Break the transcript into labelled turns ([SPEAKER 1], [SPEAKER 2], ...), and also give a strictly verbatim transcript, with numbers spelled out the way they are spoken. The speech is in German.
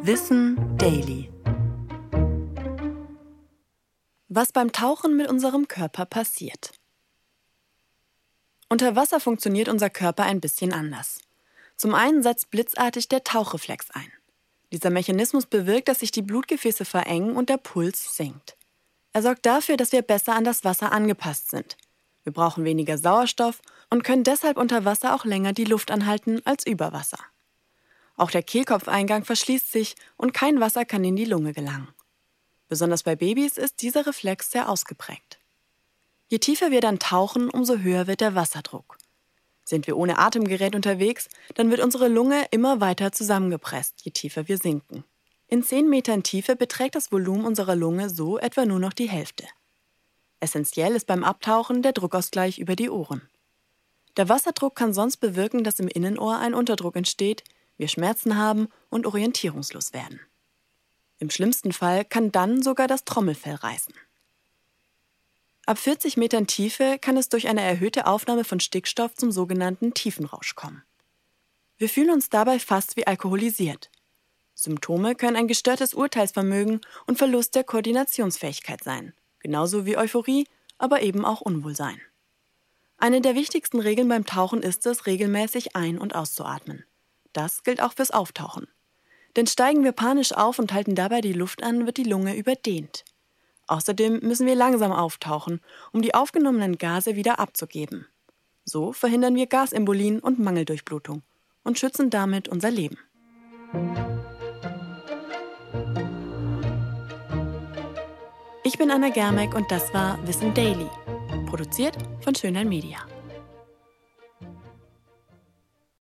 [SPEAKER 1] Wissen Daily. Was beim Tauchen mit unserem Körper passiert. Unter Wasser funktioniert unser Körper ein bisschen anders. Zum einen setzt blitzartig der Tauchreflex ein. Dieser Mechanismus bewirkt, dass sich die Blutgefäße verengen und der Puls sinkt. Er sorgt dafür, dass wir besser an das Wasser angepasst sind. Wir brauchen weniger Sauerstoff und können deshalb unter Wasser auch länger die Luft anhalten als über Wasser. Auch der Kehlkopfeingang verschließt sich und kein Wasser kann in die Lunge gelangen. Besonders bei Babys ist dieser Reflex sehr ausgeprägt. Je tiefer wir dann tauchen, umso höher wird der Wasserdruck. Sind wir ohne Atemgerät unterwegs, dann wird unsere Lunge immer weiter zusammengepresst, je tiefer wir sinken. In zehn Metern Tiefe beträgt das Volumen unserer Lunge so etwa nur noch die Hälfte. Essentiell ist beim Abtauchen der Druckausgleich über die Ohren. Der Wasserdruck kann sonst bewirken, dass im Innenohr ein Unterdruck entsteht, wir Schmerzen haben und orientierungslos werden. Im schlimmsten Fall kann dann sogar das Trommelfell reißen. Ab vierzig Metern Tiefe kann es durch eine erhöhte Aufnahme von Stickstoff zum sogenannten Tiefenrausch kommen. Wir fühlen uns dabei fast wie alkoholisiert. Symptome können ein gestörtes Urteilsvermögen und Verlust der Koordinationsfähigkeit sein, genauso wie Euphorie, aber eben auch Unwohlsein. Eine der wichtigsten Regeln beim Tauchen ist es, regelmäßig ein- und auszuatmen. Das gilt auch fürs Auftauchen. Denn steigen wir panisch auf und halten dabei die Luft an, wird die Lunge überdehnt. Außerdem müssen wir langsam auftauchen, um die aufgenommenen Gase wieder abzugeben. So verhindern wir Gasembolien und Mangeldurchblutung und schützen damit unser Leben. Ich bin Anna Germeck und das war Wissen Daily, produziert von Schönlein Media.